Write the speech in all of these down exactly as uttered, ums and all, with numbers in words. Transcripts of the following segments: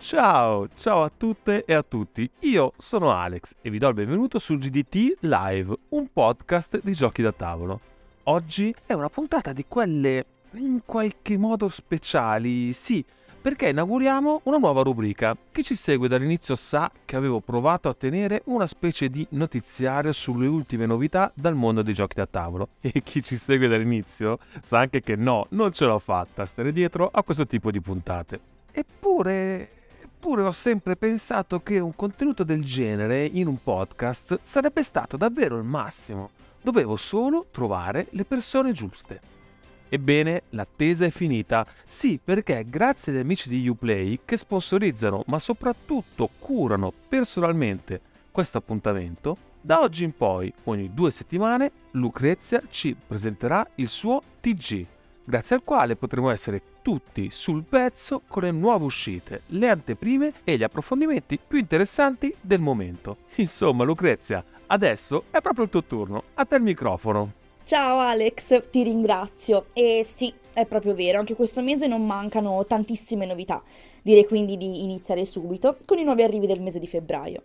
Ciao, ciao a tutte e a tutti, io sono Alex e vi do il benvenuto su G D T Live, un podcast di giochi da tavolo. Oggi è una puntata di quelle in qualche modo speciali, sì, perché inauguriamo una nuova rubrica. Chi ci segue dall'inizio sa che avevo provato a tenere una specie di notiziario sulle ultime novità dal mondo dei giochi da tavolo. E chi ci segue dall'inizio sa anche che no, non ce l'ho fatta a stare dietro a questo tipo di puntate. Eppure... Eppure ho sempre pensato che un contenuto del genere in un podcast sarebbe stato davvero il massimo. Dovevo solo trovare le persone giuste. Ebbene, l'attesa è finita. Sì, perché grazie agli amici di Uplay che sponsorizzano, ma soprattutto curano personalmente questo appuntamento, da oggi in poi, ogni due settimane, Lucrezia ci presenterà il suo T G, grazie al quale potremo essere tutti sul pezzo con le nuove uscite, le anteprime e gli approfondimenti più interessanti del momento. Insomma, Lucrezia, adesso è proprio il tuo turno. A te il microfono. Ciao Alex, ti ringrazio. E sì, è proprio vero, anche questo mese non mancano tantissime novità. Direi quindi di iniziare subito con i nuovi arrivi del mese di febbraio.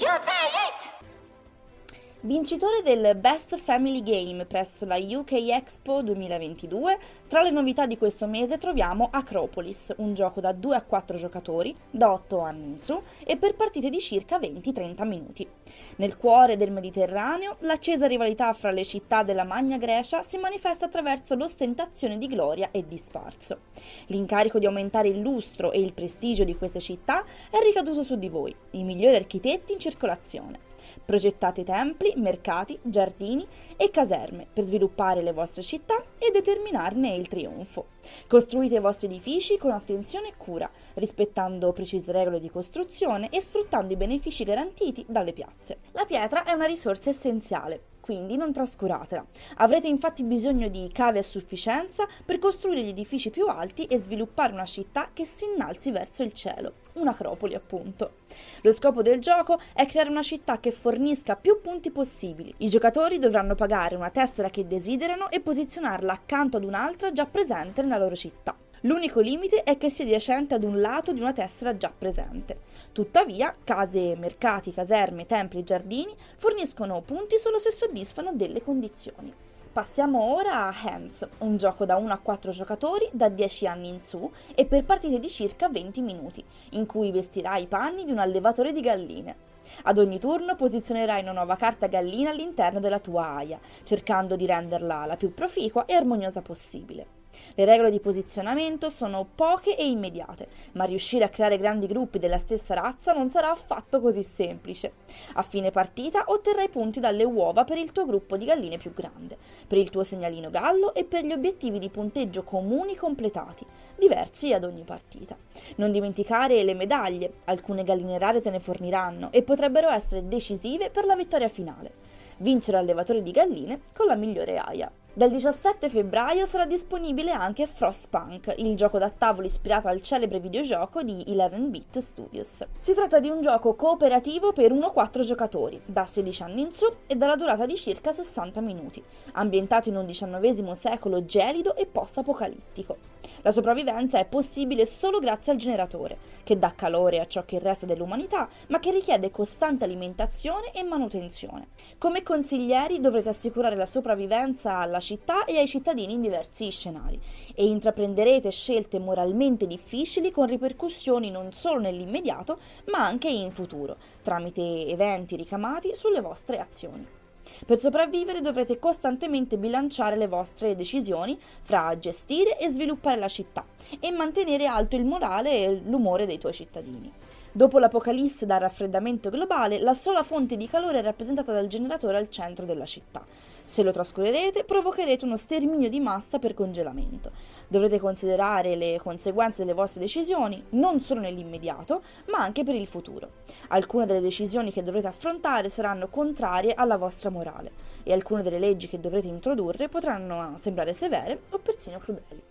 Vincitore del Best Family Game presso la U K Expo duemilaventidue, tra le novità di questo mese troviamo Acropolis, un gioco da due a quattro giocatori, da otto anni in su, e per partite di circa venti trenta minuti. Nel cuore del Mediterraneo, l'accesa rivalità fra le città della Magna Grecia si manifesta attraverso l'ostentazione di gloria e di sfarzo. L'incarico di aumentare il lustro e il prestigio di queste città è ricaduto su di voi, i migliori architetti in circolazione. Progettate templi, mercati, giardini e caserme per sviluppare le vostre città e determinarne il trionfo. Costruite i vostri edifici con attenzione e cura, rispettando precise regole di costruzione e sfruttando i benefici garantiti dalle piazze. La pietra è una risorsa essenziale, quindi non trascuratela. Avrete infatti bisogno di cavi a sufficienza per costruire gli edifici più alti e sviluppare una città che si innalzi verso il cielo, un'acropoli appunto. Lo scopo del gioco è creare una città che fornisca più punti possibili. I giocatori dovranno pagare una tessera che desiderano e posizionarla accanto ad un'altra già presente nella loro città. L'unico limite è che sia adiacente ad un lato di una tessera già presente. Tuttavia, case, mercati, caserme, templi e giardini forniscono punti solo se soddisfano delle condizioni. Passiamo ora a Hands, un gioco da uno a quattro giocatori da dieci anni in su e per partite di circa venti minuti, in cui vestirai i panni di un allevatore di galline. Ad ogni turno posizionerai una nuova carta gallina all'interno della tua aia, cercando di renderla la più proficua e armoniosa possibile. Le regole di posizionamento sono poche e immediate, ma riuscire a creare grandi gruppi della stessa razza non sarà affatto così semplice. A fine partita otterrai punti dalle uova per il tuo gruppo di galline più grande, per il tuo segnalino gallo e per gli obiettivi di punteggio comuni completati, diversi ad ogni partita. Non dimenticare le medaglie, alcune galline rare te ne forniranno e potrebbero essere decisive per la vittoria finale. Vincere allevatore di galline con la migliore aia. Dal diciassette febbraio sarà disponibile anche Frostpunk, il gioco da tavolo ispirato al celebre videogioco di eleven bit Studios. Si tratta di un gioco cooperativo per uno a quattro giocatori, da sedici anni in su e dalla durata di circa sessanta minuti, ambientato in un diciannovesimo secolo gelido e post-apocalittico. La sopravvivenza è possibile solo grazie al generatore, che dà calore a ciò che resta dell'umanità, ma che richiede costante alimentazione e manutenzione. Come consiglieri dovrete assicurare la sopravvivenza alla città e ai cittadini in diversi scenari e intraprenderete scelte moralmente difficili con ripercussioni non solo nell'immediato ma anche in futuro, tramite eventi ricamati sulle vostre azioni. Per sopravvivere dovrete costantemente bilanciare le vostre decisioni fra gestire e sviluppare la città e mantenere alto il morale e l'umore dei tuoi cittadini. Dopo l'apocalisse da raffreddamento globale, la sola fonte di calore è rappresentata dal generatore al centro della città. Se lo trascurerete, provocherete uno sterminio di massa per congelamento. Dovrete considerare le conseguenze delle vostre decisioni, non solo nell'immediato, ma anche per il futuro. Alcune delle decisioni che dovrete affrontare saranno contrarie alla vostra morale, e alcune delle leggi che dovrete introdurre potranno sembrare severe o persino crudeli.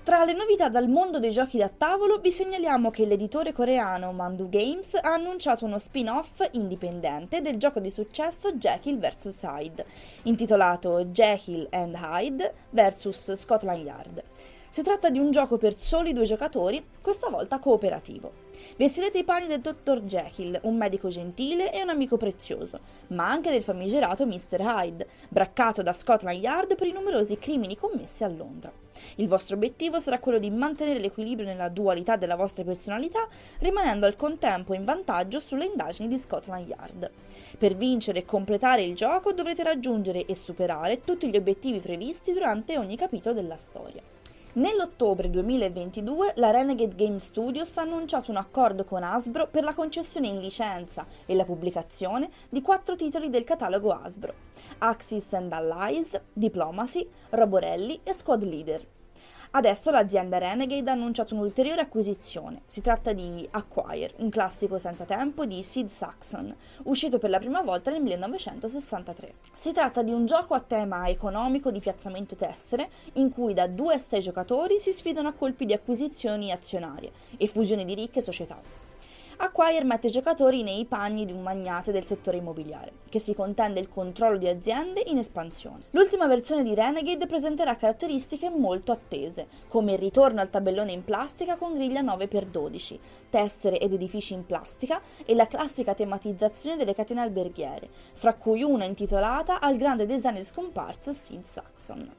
Tra le novità dal mondo dei giochi da tavolo vi segnaliamo che l'editore coreano Mandu Games ha annunciato uno spin-off indipendente del gioco di successo Jekyll versus. Hyde, intitolato Jekyll and Hyde versus. Scotland Yard. Si tratta di un gioco per soli due giocatori, questa volta cooperativo. Vestirete i panni del dottor Jekyll, un medico gentile e un amico prezioso, ma anche del famigerato mister Hyde, braccato da Scotland Yard per i numerosi crimini commessi a Londra. Il vostro obiettivo sarà quello di mantenere l'equilibrio nella dualità della vostra personalità, rimanendo al contempo in vantaggio sulle indagini di Scotland Yard. Per vincere e completare il gioco dovrete raggiungere e superare tutti gli obiettivi previsti durante ogni capitolo della storia. Nell'ottobre duemilaventidue la Renegade Game Studios ha annunciato un accordo con Hasbro per la concessione in licenza e la pubblicazione di quattro titoli del catalogo Hasbro: Axis and Allies, Diplomacy, Roborelli e Squad Leader. Adesso l'azienda Renegade ha annunciato un'ulteriore acquisizione. Si tratta di Acquire, un classico senza tempo di Sid Saxon, uscito per la prima volta nel millenovecentosessantatré. Si tratta di un gioco a tema economico di piazzamento tessere, in cui da due a sei giocatori si sfidano a colpi di acquisizioni azionarie e fusioni di ricche società. Acquire mette i giocatori nei panni di un magnate del settore immobiliare, che si contende il controllo di aziende in espansione. L'ultima versione di Renegade presenterà caratteristiche molto attese, come il ritorno al tabellone in plastica con griglia nove per dodici, tessere ed edifici in plastica e la classica tematizzazione delle catene alberghiere, fra cui una intitolata al grande designer scomparso Sid Saxon.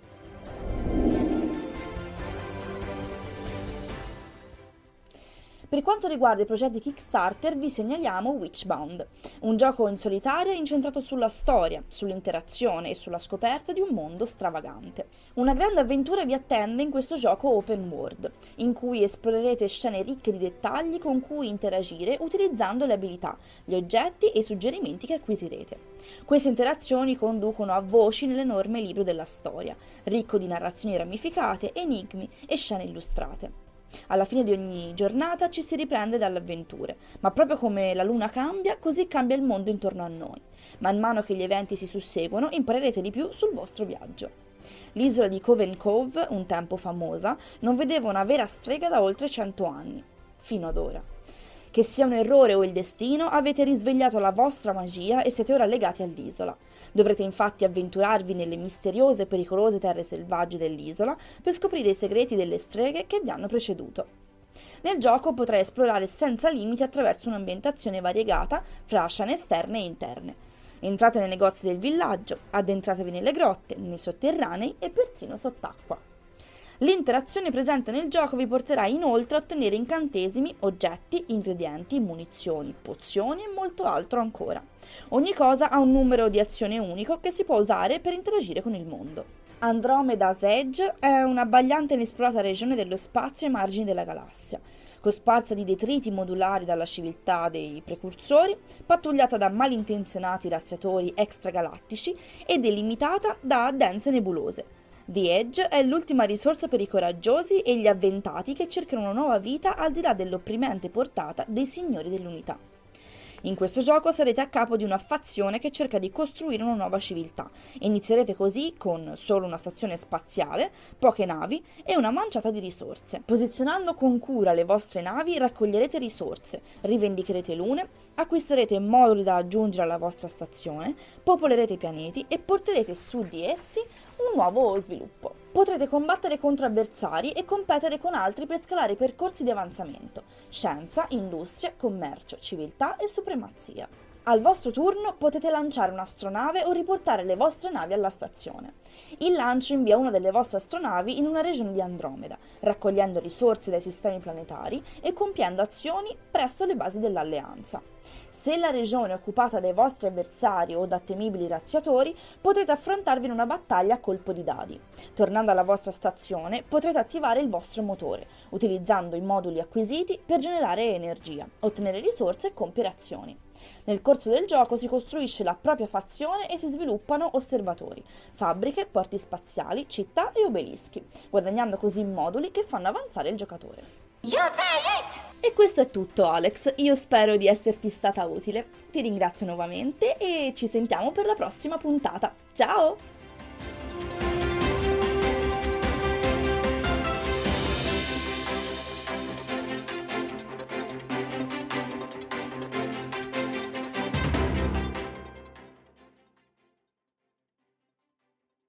Per quanto riguarda i progetti Kickstarter vi segnaliamo Witchbound, un gioco in solitaria incentrato sulla storia, sull'interazione e sulla scoperta di un mondo stravagante. Una grande avventura vi attende in questo gioco open world, in cui esplorerete scene ricche di dettagli con cui interagire utilizzando le abilità, gli oggetti e i suggerimenti che acquisirete. Queste interazioni conducono a voci nell'enorme libro della storia, ricco di narrazioni ramificate, enigmi e scene illustrate. Alla fine di ogni giornata ci si riprende dalle avventure, ma proprio come la luna cambia, così cambia il mondo intorno a noi. Man mano che gli eventi si susseguono, imparerete di più sul vostro viaggio. L'isola di Coven Cove, un tempo famosa, non vedeva una vera strega da oltre cento anni, fino ad ora. Che sia un errore o il destino, avete risvegliato la vostra magia e siete ora legati all'isola. Dovrete infatti avventurarvi nelle misteriose e pericolose terre selvagge dell'isola per scoprire i segreti delle streghe che vi hanno preceduto. Nel gioco potrai esplorare senza limiti attraverso un'ambientazione variegata fra scene esterne e interne. Entrate nei negozi del villaggio, addentratevi nelle grotte, nei sotterranei e persino sott'acqua. L'interazione presente nel gioco vi porterà inoltre a ottenere incantesimi, oggetti, ingredienti, munizioni, pozioni e molto altro ancora. Ogni cosa ha un numero di azione unico che si può usare per interagire con il mondo. Andromeda's Edge è una abbagliante e inesplorata regione dello spazio ai margini della galassia, cosparsa di detriti modulari dalla civiltà dei precursori, pattugliata da malintenzionati razziatori extragalattici e delimitata da dense nebulose. The Edge è l'ultima risorsa per i coraggiosi e gli avventati che cercano una nuova vita al di là dell'opprimente portata dei signori dell'unità. In questo gioco sarete a capo di una fazione che cerca di costruire una nuova civiltà e inizierete così con solo una stazione spaziale, poche navi e una manciata di risorse. Posizionando con cura le vostre navi raccoglierete risorse, rivendicherete lune, acquisterete moduli da aggiungere alla vostra stazione, popolerete i pianeti e porterete su di essi un nuovo sviluppo. Potrete combattere contro avversari e competere con altri per scalare i percorsi di avanzamento, scienza, industria, commercio, civiltà e supremazia. Al vostro turno potete lanciare un'astronave o riportare le vostre navi alla stazione. Il lancio invia una delle vostre astronavi in una regione di Andromeda, raccogliendo risorse dai sistemi planetari e compiendo azioni presso le basi dell'Alleanza. Se la regione è occupata dai vostri avversari o da temibili razziatori, potrete affrontarvi in una battaglia a colpo di dadi. Tornando alla vostra stazione, potrete attivare il vostro motore, utilizzando i moduli acquisiti per generare energia, ottenere risorse e compiere azioni. Nel corso del gioco si costruisce la propria fazione e si sviluppano osservatori, fabbriche, porti spaziali, città e obelischi, guadagnando così moduli che fanno avanzare il giocatore. E questo è tutto, Alex, io spero di esserti stata utile, ti ringrazio nuovamente e ci sentiamo per la prossima puntata, ciao!